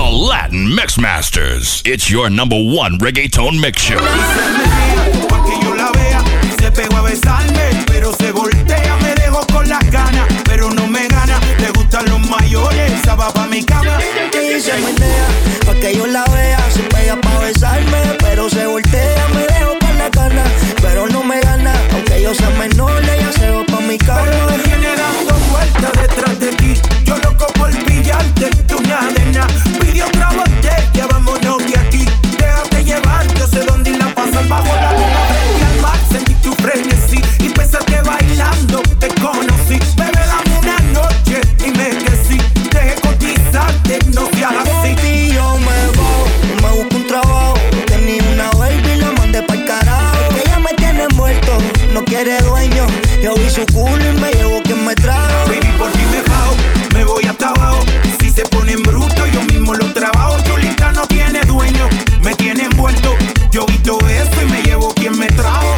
The Latin Mixmasters. It's your number one reggaeton mix show. Pa' que yo la vea, se pegó a besarme, pero se voltea, me dejó con las ganas, pero no me gana. Le gustan los mayores, esa va pa' mi cama. Y se menea, pa' que yo la vea, se pega pa' besarme, pero se voltea, me dejo con las ganas, pero no me gana. Aunque yo sea menor, ella se va pa' mi cama. Pero me tiene dando vueltas detrás de ti, yo loco por pillarte, tú nada de nada. Pide otra botella, vámonos de aquí. Déjate llevar, yo sé dónde ir a pasar bajo la luna. Frente al mar, sentí tu frenesí y pensaste bailando, te conocí. Bebé, dame una noche y me crecí. Dejé cotizarte, no seas así. Y yo me busco un trabajo. Tenía una baby, la mandé pa'l carajo. Ella me tiene muerto, no quiere dueño. Yo vi su culo y me llevo quien me trajo. Baby, por ti me bajo, me voy hasta abajo. Si se ponen brutos, yo mismo los trabajo. Chulita no tiene dueño, me tiene envuelto. Yo quito eso y me llevo quien me trajo.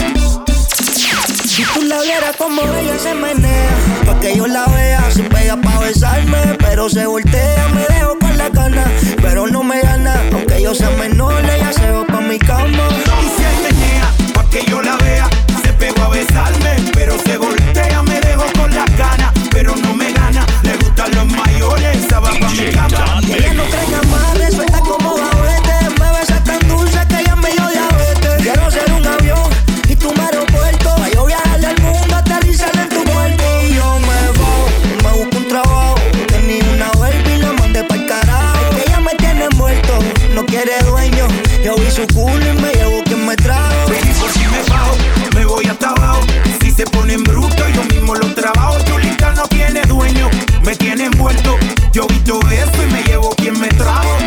Si tú la vieras como ella se menea, pa' que yo la vea, se pega pa' besarme, pero se voltea, me dejo con la gana, pero no me gana. Aunque yo sea menor, ella se va pa' mi cama. Y se menea, pa' que yo la vea, se pegó a besarme, pero se voltea, me dejo con las ganas, pero no me gana. Le gustan los mayores, esa va pa' mi cama. Y ella no trae amarre, suelta como gavete, me besa tan dulce que ella me dio diabetes. Quiero ser un avión y tú un aeropuerto, pa' yo viajarle al mundo, aterrizar en tu cuerpo. Y yo me busco un trabajo. Tenía una baby, la mandé pa'l carajo. Es que ella me tiene muerto, no quiere dueño. Yo vi su culo y me llevo quien me trajo. Baby, por si me bajo, me voy hasta abajo. Si se ponen brutos, yo mismo los trabajo. Chulita no tiene dueño, me tiene envuelto. Yo quito eso y me llevo quien me trajo.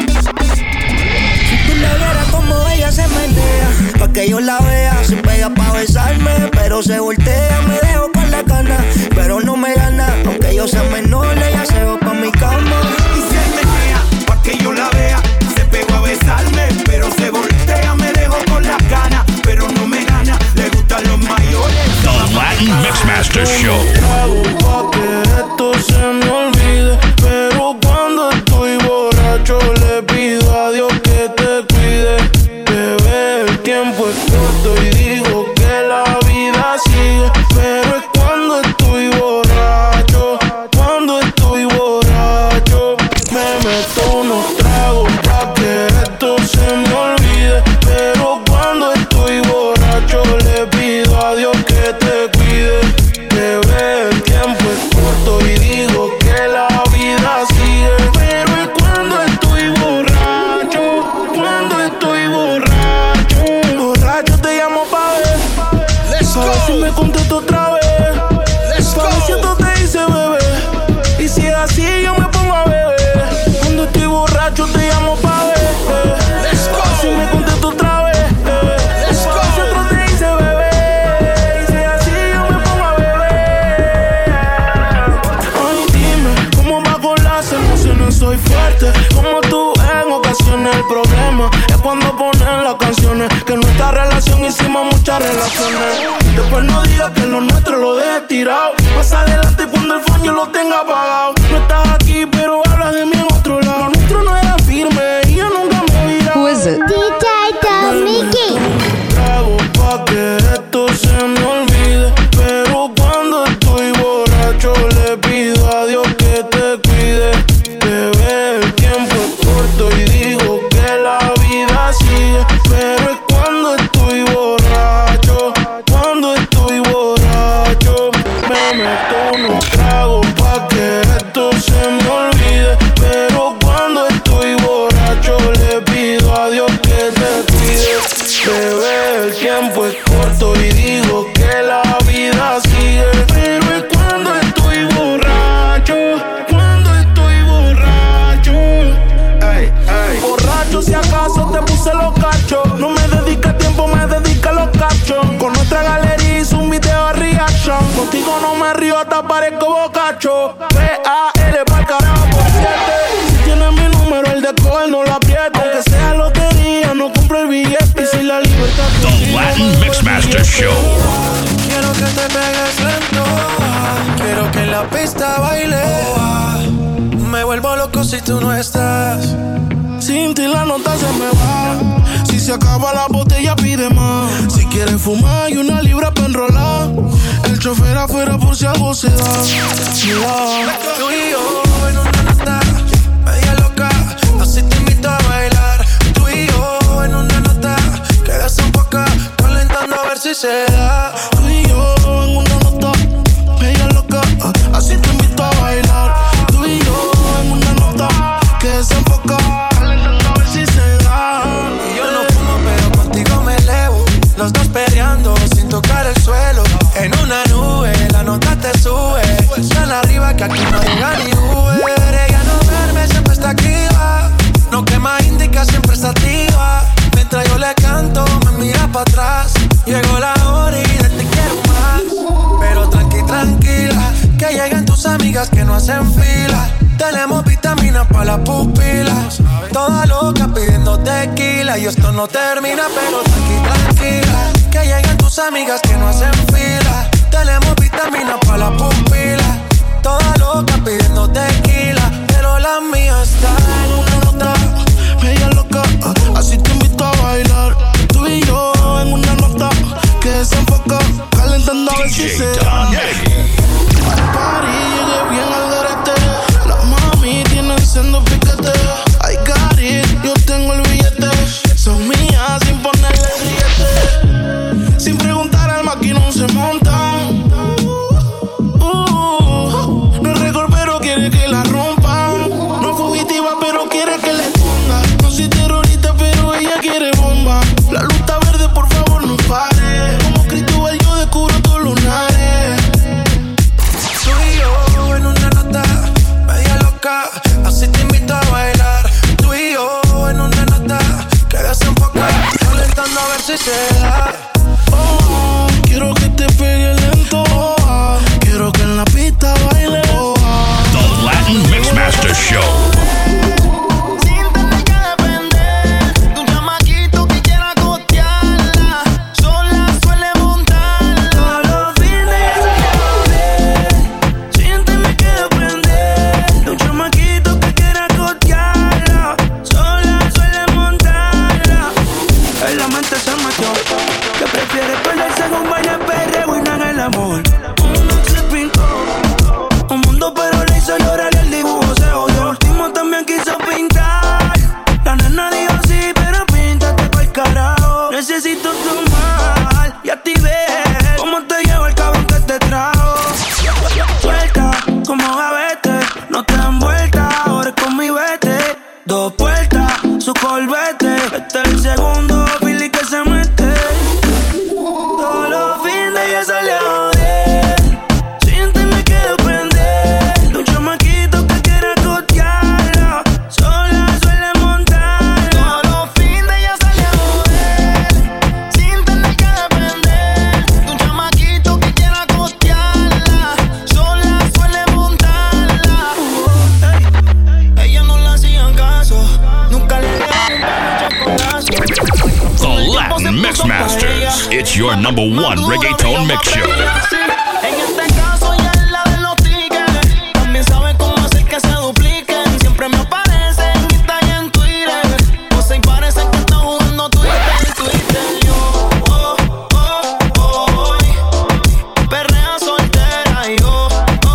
Si tú la vieras como ella se menea, pa' que yo la vea, se pega pa' besarme, pero se voltea, me dejo con la gana, pero no me gana. Aunque yo sea menor, ella se va pa' mi cama. Y se menea, pa' que yo la vea, se pegó a besarme, pero se voltea, me dejo con las ganas, pero no me gana. Le gustan los mayores. The Latin Mixmasters Show. Hago pa' que esto se me olvide, pero cuando estoy borracho le pido a Dios que te cuide. Bebé, el tiempo es corto y digo que la vida sigue, pero es cuando estoy borracho, me meto unos tragos pa' que esto se me olvide, pero cuando estoy borracho le pido a Dios que te cuide. Bebé, el tiempo es corto y digo que la vida sigue, pero es cuando estoy borracho, borracho te llamo pa' ver, pa' ver si me contesto otra vez, pa' ver si esto te dice bebé, y si es así yo me pongo a beber. Cuando estoy borracho te llamo pa' ver, pa' ver si me contesto otra vez, pa' ver si otro te dice bebé, y si es así yo me pongo a beber. Ay, dime, ¿cómo va con las emociones? Soy fuerte, como tú en ocasiones. El problema es cuando ponen las canciones, que en nuestra relación hicimos muchas relaciones. Después no digas que lo nuestro lo dejes tirado. Más adelante cuando el phone yo lo tenga apagado. No estás aquí pero hablas de mí en otro lado. Lo nuestro no era firme y yo nunca me viraba. Who is it? DJ Mickey. Trago pa' que esto se me olvide, pero cuando estoy borracho le pido a Dios que te cuide. Bebé, el tiempo es corto y digo que la vida sigue, pero es cuando estoy borracho, me meto unos tragos pa' que esto se me olvide, pero cuando estoy borracho le pido a Dios que te cuide. Bebé, el tiempo es corto y digo que la vida sigue, pero es cuando estoy borracho, Ey, ey. Borracho si acaso te puse los cachos, no me dedica tiempo, me dedica los cachos. Con nuestra galería hice un video reaction, contigo no me río, hasta parezco bocacho. P.A.L. pa'l carajo por 7. Si tienes mi número, el de coger no lo apriete. Aunque sea lotería, no compro el billete. Y si la libertad The Latin Mixmasters Show. Quiero que te pegues lento, quiero que en la pista baile. Me vuelvo loco si tú no estás. Sin ti la nota se me va. Si se acaba la botella pide más. Si quieres fumar y una libra pa' enrolar. El chofer afuera por si algo se da. Tú y yo en una nota media loca, así te invito a bailar. Tú y yo en una nota que des un poco calentando a ver si se da. Tú y yo en una nota media loca, así te invito a bailar. Tú y yo en una nota que desenfoca, calentando a ver si se da. Y yo no fumo pero contigo me elevo. Los dos peleando sin tocar el suelo. En una nube la nota te sube. Tan arriba que aquí no llega ni Uber. Ella no duerme, siempre está activa. No quema indica, siempre está activa. Mientras yo le canto, me mira para atrás. Llegó la hora y de ti quiero más. Pero tranquila, que lleguen tus amigas que no hacen fila. Tenemos vitaminas para las pupilas. Toda loca pidiendo tequila. Y esto no termina, pero tranquila, que lleguen tus amigas que no hacen fila. Tenemos vitaminas para las pupilas. Toda loca pidiendo tequila. Pero la mía está en una nota media loca, así te invito a bailar. Tú y yo en una nota que desenfoca, calentando a ver si se da. Al party llegué bien al garete. Las mami tienen sendo piquete. I got it, yo tengo el billete. Son mías sin ponerle billete. Sin preguntar al maquinón se montan. No es récord pero quiere que la rompan. No es fugitiva pero quiere que le ponga. No soy terrorista pero ella quiere bomba. La luz está verde, por favor no pare. Como Cristóbal yo descubro tus lunares. Tú y yo en una nota media loca, así te invito a bailar. Tú y yo en una nota que des un poco calentando a ver si se da. Oh, quiero que te pegue lento. Quiero que en la pista baile. The Latin Mixmaster Show. Necesito tomar y activar cómo te llevo el cabrón que te trajo. Suelta como gavete, no te dan vuelta, ahora es con mi vete. Dos puertas, su Corvette. Este es el segundo Billy que se mete. Todos los fines ella sale a joder. Siente y me quedo prender. Un chamaquito que quiere cotearla. Sola suele montar. Todos los fines ella sale a joder. Siente y me quedo prender. Un chamaquito que quiere cotearla. Sola suele montarla. Ella no le hacían caso. Nunca le dieron un chocolazo. The Latin Mixmasters. It's your number one reggaeton mix show. En este caso ella es la de los tickets. También sabe cómo hacer que se dupliquen. Siempre me aparecen en Insta y en Twitter. O se parece que está jugando Twitter. Yo, perrea soltera. Yo,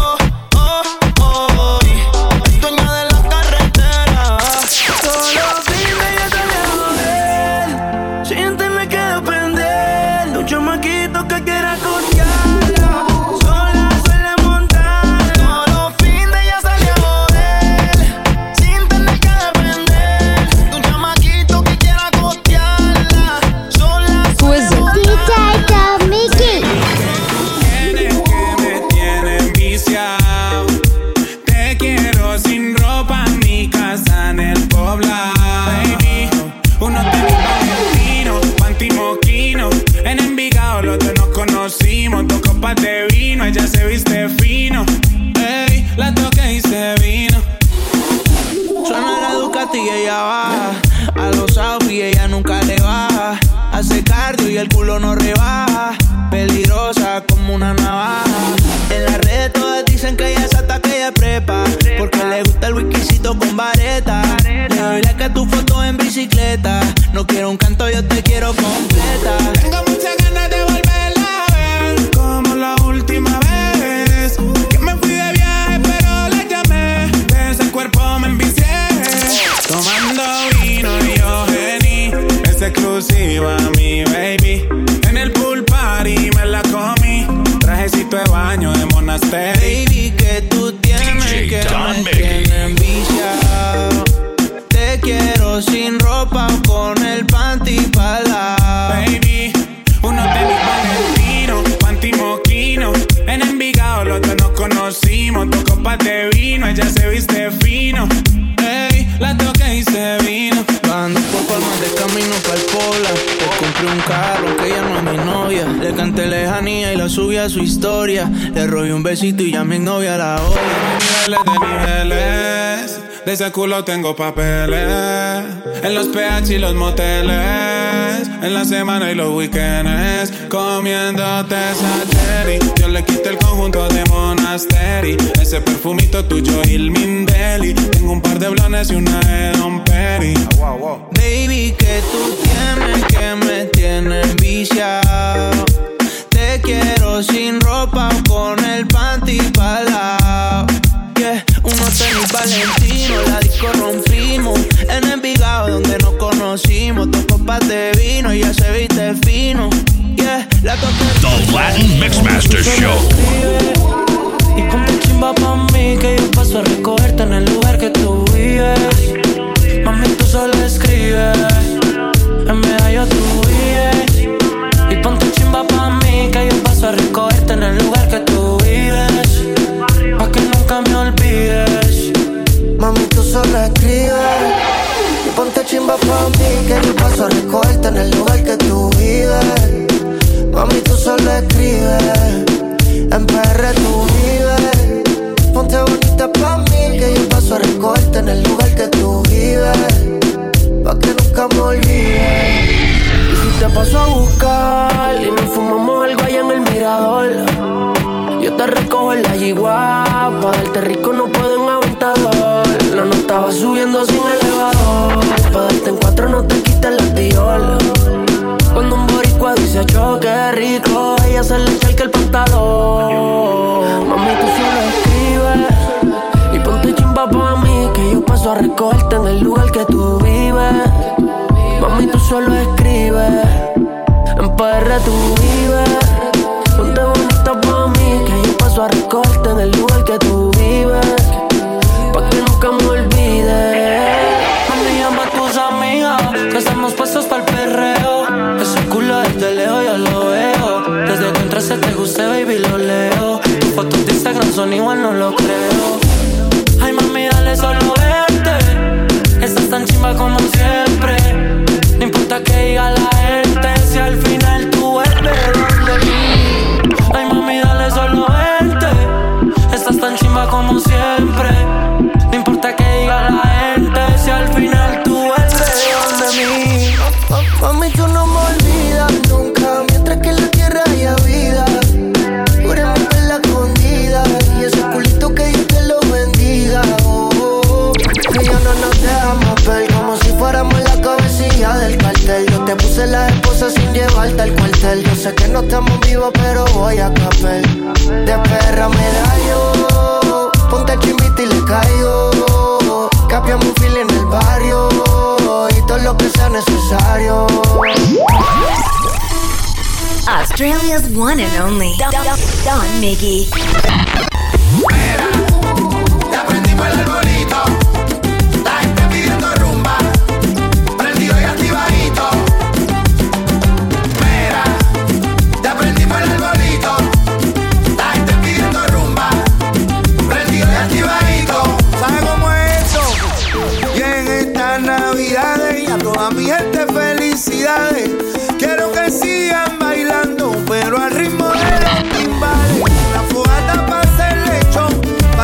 dueña de la carretera. Todos los fines ella sale a joder. Siente y me quedo prender. Un chamaquito que quiera cotearla. Sola suele montar. Todos los fines ella sale a joder. Sin tener que depender. Un chamaquito que quiera cotearla. Sola suele montar. DJ Mickey. Tienes que me tienen viciado. Te quiero sin ropa en mi casa en el poblado. Baby, uno te vino, panty moquino. En Envigado los dos nos conocimos. Dos copas de vino, ella se viste fino. Ey, la toqué y se vino. Suena la Ducati y ella baja. A los Audi ella nunca le baja. Hace cardio y el culo no rebaja. Peligrosa como una navaja. En las redes todas dicen que ella es hasta que ella prepa. Porque le gusta el whisky visito con vareta. Le doy like a tu foto en bicicleta. No quiero un canto, yo te quiero completa. Tengo muchas ganas de volverla a ver, como la última vez que me fui de viaje, pero la llamé. De ese cuerpo me envicié. Tomando vino y yo gení, es exclusiva mi baby. En el pool party me la comí, trajecito de baño de monasterio. Baby, que tú tienes que me tiene enviciado. Te quiero sin ropa o con el panty pala. Baby, uno de mis valentinos, panty moquino. En Envigado los dos nos conocimos, 2 copas de vino, ella se viste fino. Ey, la toqué y se vino. Bajando por Palmas de camino pa'l Pola. Le compré un carro que ella no es mi novia. Le canté lejanía y la subí a su historia. Le robé un besito y ya mi novia la odia. Niveles de niveles, de ese culo tengo papeles. En los PH y los moteles, en la semana y los weekends, comiéndote esa cherry. Yo le quité el conjunto de Monastery, ese perfumito tuyo Ilmindeli. Tengo un par de blones y una de Don Perry. Baby, que tú tienes que me tienes enviciado. Te quiero sin ropa o con el panty palao. Yeah, unos tenis Valentino, la disco rompimos. En Envigado donde nos conocimos, 2 copas de vino y ya se viste fino. Yeah, la toqué. The Latin Mixmaster Show. Y ponte chimba pa' mí, que yo paso a recogerte en el lugar que tú vives. Mami, tú solo escribes, en medallo tú vives. Y ponte chimba pa' mí, que yo paso a recogerte en el lugar que tú vives, pa' que nunca me olvides. Mami, tú solo escribes. Y ponte chimba pa' mí, que yo paso a recogerte en el lugar que tú vives. Mami, tú solo escribes, en PR tú vives. Ponte bonita pa' mí, que yo paso a recogerte en el lugar que tú vives, pa' que nunca me olvides. Y si te paso a buscar y nos fumamos algo allá en el mirador, yo te recojo en la yigua, pa' darte rico no puedo en aventador. La nota va subiendo sin elevador, pa' darte en 4 no te quites la tiola. Cuando un boricua dice yo qué rico, ella se le echa el pantalón. Mami, tú solo escribes y ponte chimba pa' mí, que yo paso a recogerte en el lugar que tú vives. Mami, tú solo escribes, en PR tú vives. Ponte bonita pa' mí, que yo paso a recogerte en el lugar que tú vives, pa' que nunca me olvides. Mami, llama a tus amigas, que estamos puestos pa'l perreo. Ese culo desde lejos yo lo veo. Desde que entraste te gusté, baby, lo leo. Tus fotos de Instagram son igual, no lo creo. Ay, mami, dale, solo vete. Estás tan chimba como siempre. No importa que diga la gente, si al final tú vuelves donde mí. Ay, mami, dale, solo vete. Estás tan chimba como siempre. No importa que diga la gente, si al final tú vuelves donde mí. Mami, tú no me olvidas nunca, mientras que en la tierra haya vida. Juremos en la escondida, y ese culito que Dios te lo bendiga. Tú y yo no nos dejamos ver, como si fuéramos la cabecilla del cartel. Yo te puse la esposa sin llevarte al cuartel. Yo sé que no estamos vivos, pero voy a capel. De perra medallo, ponte chimbita y le caigo. Capiamos un fil en el barrio, y todo lo que sea necesario. Australia's one and only Don Mickey. Mira, ya prendimos el arbolito, la gente pidiendo rumba, prendido y activadito. Mira, ya prendimos el arbolito, la gente pidiendo rumba, prendido y activadito. ¿Sabes cómo es eso? Y en esta Navidad y a toda mi gente felicidades. Quiero que sigan bailando, pero al ritmo de los timbales. Una fogata pa' hacer lechón,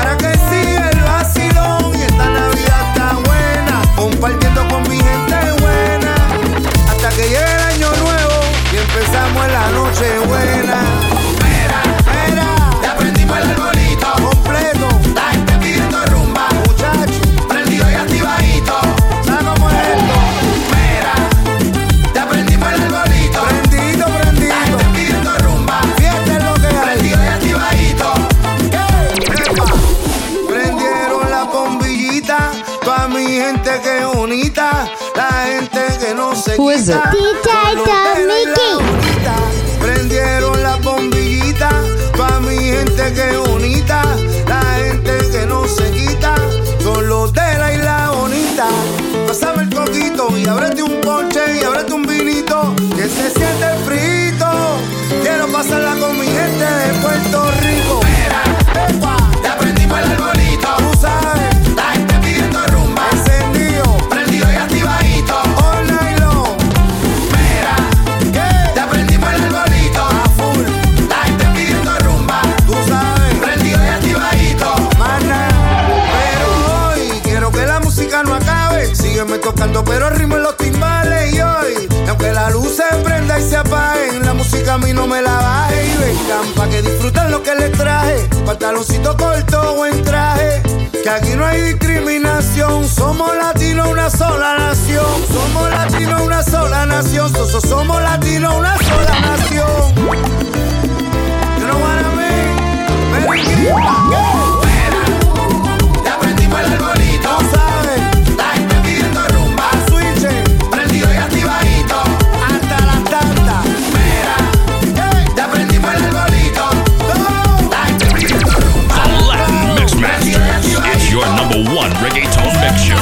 Pa' mi gente que es bonita, la gente que no se Who is it? quita. DJ Don Mickey. Prendieron la bombillita. Pa' mi gente que es bonita, la gente que no se quita. Son los de la isla bonita. Pásame el coquito y ábrete un ponche y ábrete un vinito, que se siente frito. Quiero pasarla con mi gente de Puerto Rico. Mira, epa, ya prendimos el arbolito. Tú sabes, la gente pidiendo rumba. Encendido, prendido y activadito. All night long. Mira, ¿qué? Ya prendimos el arbolito. A full, la gente pidiendo rumba. Tú sabes, prendido y activadito. Mana, pero hoy quiero que la música no acabe. Sígueme tocando, pero ritmo en los timbales. Y hoy, aunque la luz se prenda y se apague, la música a mí no me la baje. Y vengan pa' que disfruten lo que les traje. Pantaloncito corto o en traje, que aquí no hay discriminación. Somos latinos, una sola nación. Somos latinos, una sola nación. Somos latinos, una sola nación. You know what I mean? Merry Christmas. Ya prendimos el arbolito. ¿Sabes? La gente pidiendo rumba. Switch, prendido y activadito. Hasta las tantas. Mira, ya prendimos el arbolito. La gente pidiendo rumba. The Latin Mix Masters. It's your #1 reggaeton mix show.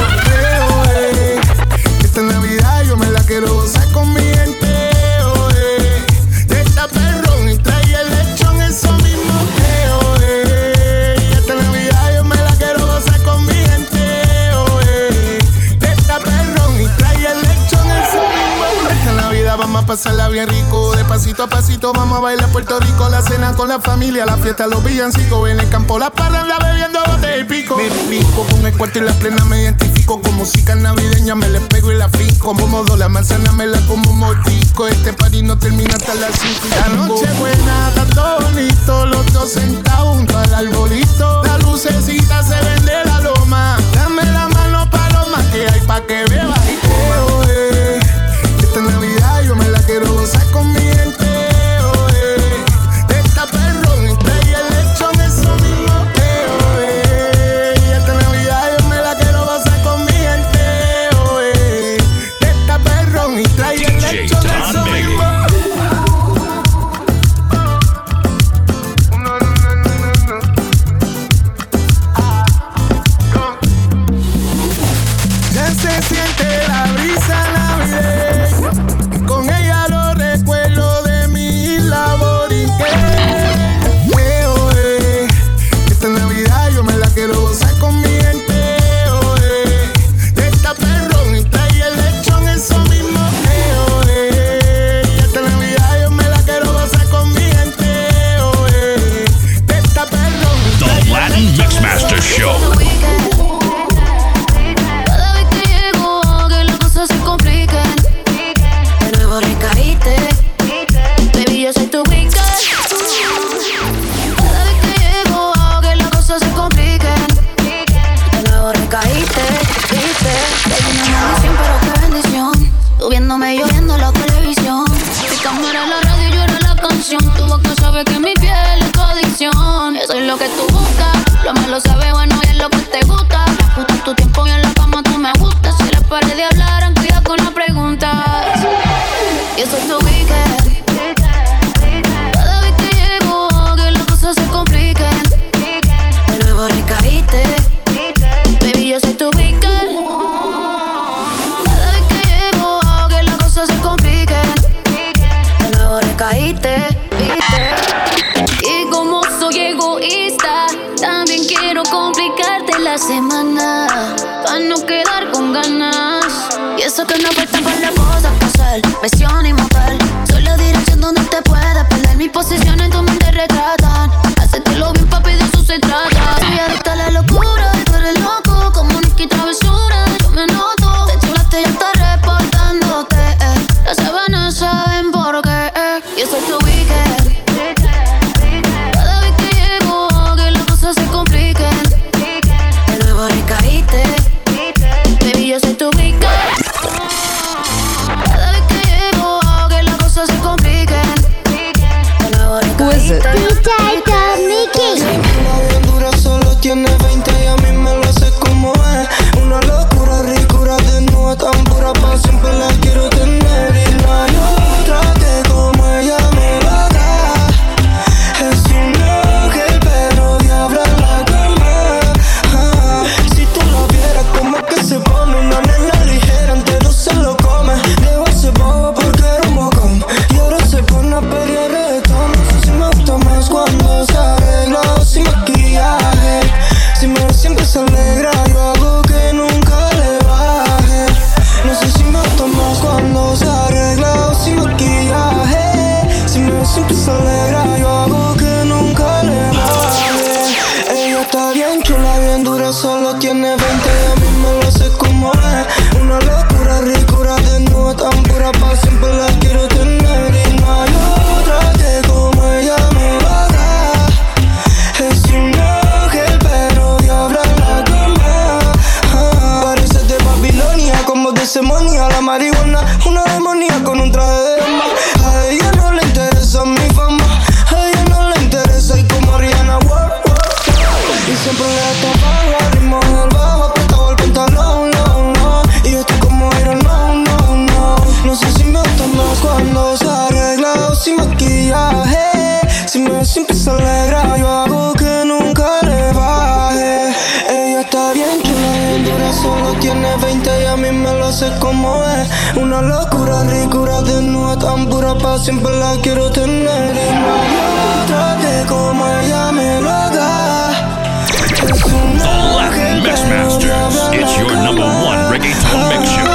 Esta Navidad yo me la quiero gozar con mi gente. Esta perrón y trae el lechón, eso mismo que esta Navidad yo me la quiero gozar con mi gente. Esta perrón y trae el lechón, eso mismo. Esta Navidad vamos a pasarla bien rico. De pasito a pasito vamos a bailar Puerto Rico. La cena con la familia, la fiesta, los villancicos. En el campo la parranda bebiendo bote y pico. Me explico con el cuarto y la plena me identifico. Con música navideña me le pego y la fico. Como modo la manzana me la como un motico. Este party no termina hasta las 5. La noche buena, está todo bonito. Los dos sentados junto al arbolito. La lucecita se vende la loma. Dame la mano paloma que hay pa' que beba y coma. Esta Navidad yo me la quiero gozar con mi gente. Esta perrón y trae el lechón, eso mismo que esta Navidad yo me la quiero gozar con mi gente. Esta perrón y trae el lechón, eso mismo. Ya se siente la brisa navideña, con ella los recuerdos de mi isla borinqueña. Esta Navidad yo me la quiero gozar con mi gente. Esta perrón y trae el lechón, eso mismo que esta Navidad yo me la quiero gozar con mi gente. Esta perrón y trae The Latin Mix Master Show. Cada vez que llego, que las cosas se compliquen. De nuevo recaíste, baby, yo soy tu weekend. Cada vez que llego, que las cosas se compliquen. De nuevo recaíste, viste. Baby, no es maldición, pero qué bendición. Tú viéndome, yo viendo la televisión. Tu cámara en la radio y yo era la canción. Tu boca sabe que mi piel es tu adicción. Eso es lo que tú buscas. Lo malo sabe bueno y es lo que te gusta. Me gusta tu tiempo y en la cama tú me gustas. Si las paredes hablaran, cuida con las preguntas. Y eso es tu weekend. Cada vez que llego, que las cosas se compliquen. De nuevo recaíste, baby, yo soy tu weekend. Cada vez que llego, que las cosas se compliquen. De nuevo recaíste, viste. Y como soy egoísta, también quiero complicarte la semana, pa' no quedar con ganas. Y eso que no faltan para las cosas pa' hacer, presión y motel. Soy la dirección donde te puedes perder. Mis posiciones en tu mente retratan. Hacértelo bien, papi, de eso se trata. Soy adicta a la locura y tú eres loco, como Nicky Travesura. Yo me noto, de chulaste ya está reportándote. Las sábanas saben por qué. Y eso es tu weekend. Cada vez que llego, que las cosas se compliquen. De nuevo recaíste, baby, yo soy tu weekend. Cada vez que llego, hace manía la marihuana. Una demonía con un traje de dama. A ella no le interesa mi fama. A ella no le interesa y como Rihanna, wow, wow. Y siempre le tapa el ritmo del bajo, apretado el pantalón, no, no. Y yo estoy como Iron, no, no, no. No sé si me gusta más cuando se arregla o sin maquillaje. Si me siempre se alegra, yo hago que nunca le baje. Ella está bien chula y dura, solo tiene 20 y a mí me lo hace como es. Una locura, ricura, desnuda, tan pura, pa' siempre la quiero tener. Y no hay otra que como ella me lo haga. The Latin Mix Masters. It's your number one reggaeton mix show.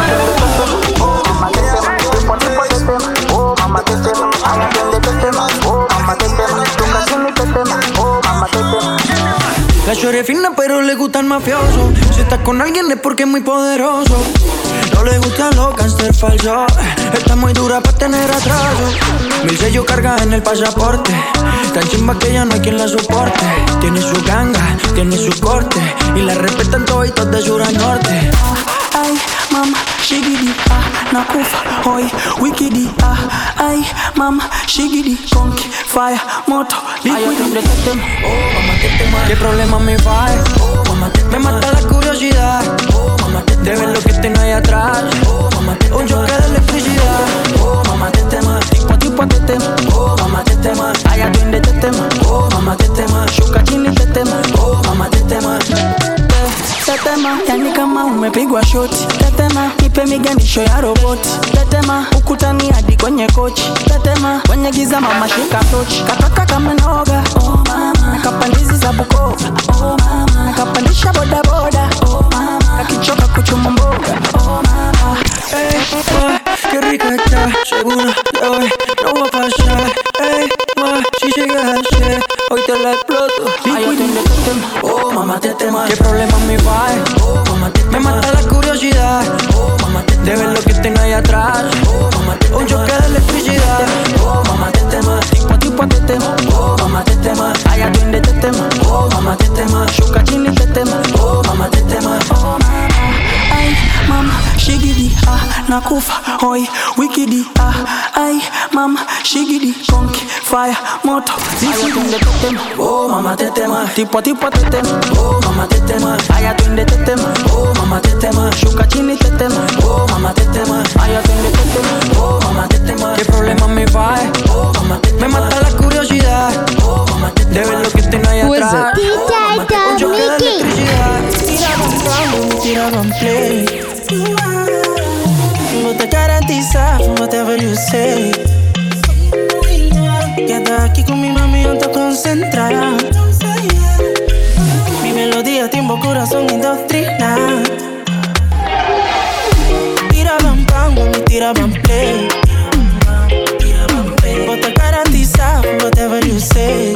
La chore es fina pero le gusta el mafioso. Si estás con alguien es porque es muy poderoso. No le gustan los gangster falsos. Está muy dura para tener atraso. 1000 sellos carga en el pasaporte. Tan chimba que ya no hay quien la soporte. Tiene su ganga, tiene su corte. Y la respetan toditos de sur a norte. Ay, mama, shigidi, nakufa, hoy, wikidi, ay, mama, shigidi, conky, fire, moto, liquidi. ¿Qué problema me va? Me mata la curiosidad de ver lo que tengo ahí atrás. Un choque de electricidad. Tipo te tema. Ay, atiende te tema. Shuka chini te tema. Tetema, yani kama umepigwa shoti. Tetema, nipe miganisho ya roboti. Tetema, ukutani hadi kwenye kochi. Tetema, kwenye giza mama shika tochi. Kataka kama noga, oh mama. Nakapandizi za Bukoba, oh mama. Nakapandisha boda boda, oh mama. Nakichoka kuchuma mboga, oh mama. Hey, ma, qué rica está, segura de hoy no va a pasar. Hey, ma, si llega a ser, hoy te la exploto. Ay, atiende tetema, oh mamá tetema. ¿Qué problema me va? Oh, mamá, me mata la curiosidad de ver lo que tengo ahí atrás. Un choque de electricidad. Oh, mamá, te tema. Tipo te tema. Oh, mamá, te tema. Ay, atiende te tema. Oh, mamá, te tema. Shuka chini te tema. Oh, mamá, te tema. Oh, mamá. Ay, mama, shigidi, nakufa, hoy, wikidi, ay, mama, shigidi, conky, fire, moto, liquidi. Oh, mamá, te tema. Tipo te tema. Oh, mamá, te tema. Ay, atiende te tema. Oh, mamá, te tema. Shuka chini te tema. Oh, mamá, te tema. Ay, atiende te tema. Oh, mamá, te tema. ¿Qué problema me va? Oh, mamá, te tema. Me mata la curiosidad. Oh, mamá, te tema. De ver lo que tengo ahí atrás. Oh, mamá, te tema. Yo que la electricidad. Tiraban play. No te garantiza whatever you say. Queda aquí con mi mami, ando concentrada. Mi melodía, tiempo, corazón, indoctrina. Tiraban pan, mami, tiraban play. No te garantiza whatever you say.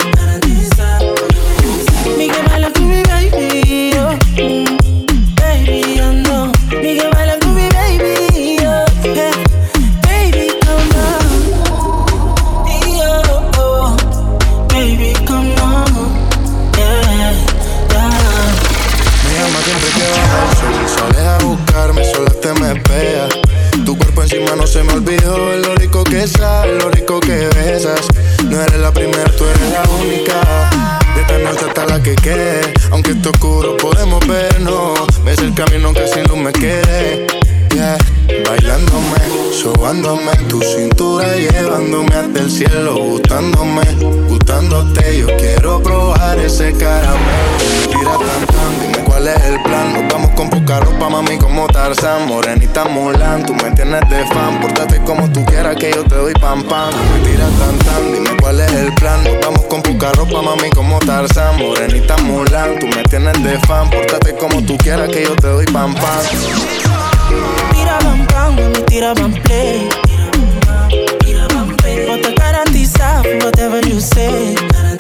Miguel baila con mi baby, oh. Baby, I know. Miguel baila con mi baby, oh. Yeah. Baby, come on. Yeah, oh. Baby, come on. Yeah, yeah. Me llama siempre que baja el sol. Sales a buscarme, sola te me pega. Tu cuerpo encima no se me olvidó. Lo rico que sabes, lo rico que besas. No eres la primera, tú eres la única. De esta noche hasta la que quede. Aunque esté oscuro podemos vernos. Ves el camino que sin luz me quede. Yeah. Bailándome, sobándome en tu cintura, llevándome hasta el cielo, gustándome, gustándote. Yo quiero probar ese caramelo. Tira tan tan, dime cuál es el plan. Nos vamos con poca ropa, mami, como Tarzán. Morenita Mulan, tú me tienes de fan. Pórtate como tú quieras que yo te doy pam pam. Me tira tan tan, dime cuál es el plan. Nos vamos con poca ropa, mami, como Tarzán. Morenita Mulan, tú me tienes de fan. Pórtate como tú quieras que yo te doy pam pam. Tiraban pan, mami, tiraban play. No te garantiza whatever you say.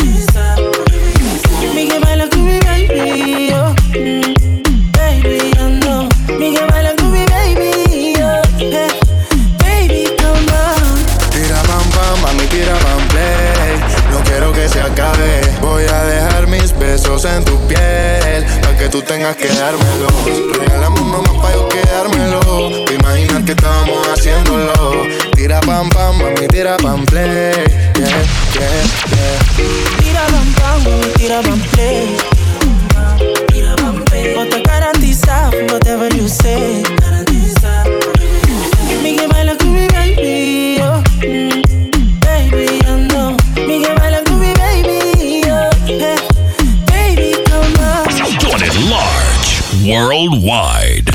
Miguel baila con mi baby, oh. Baby, I know. Miguel baila con mi baby, oh. Yeah. Baby, come on. Tiraban pan, mami, tiraban play. No quiero que se acabe. Voy a dejar mis besos en tu piel, pa' que tú tengas que dármelos. Regálame uno más pa' yo quedármelo. que estábamos haciéndolo. Tira pam pam, mami, tira pam play. Yeah, yeah, yeah. Tira pam pam, mami, tira pam play. Tira pam play. No te garantiza, whatever you say. Garantiza. Mi que baila con mi baby, oh. Baby, I know. Mi que baila con mi baby, oh. Hey, baby, come on. Doing it large, worldwide.